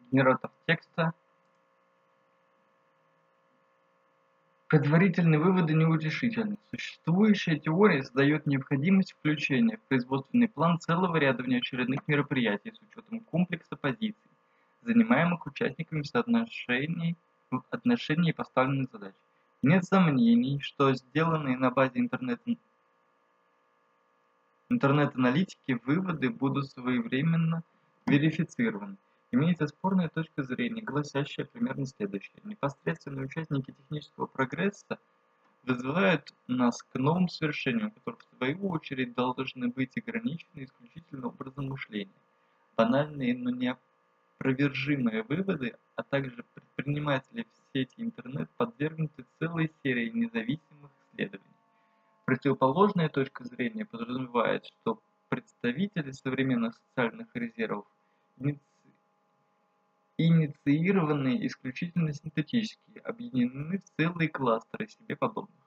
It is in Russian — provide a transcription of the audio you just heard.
Генератор текста. Предварительные выводы неутешительны. Существующая теория создает необходимость включения в производственный план целого ряда внеочередных мероприятий с учетом комплекса позиций, занимаемых участниками в отношении поставленных задач. Нет сомнений, что сделанные на базе интернет-аналитики выводы будут своевременно верифицированы. Имеется спорная точка зрения, гласящая примерно следующее. Непосредственные участники технического прогресса вызывают нас к новым свершениям, которые в свою очередь должны быть ограничены исключительно образом мышления. Банальные, но неопровержимые выводы, а также предприниматели в сети интернет подвергнуты целой серии независимых исследований. Противоположная точка зрения подразумевает, что представители современных социальных резервов инициированы исключительно синтетически, объединены в целые кластеры себе подобных.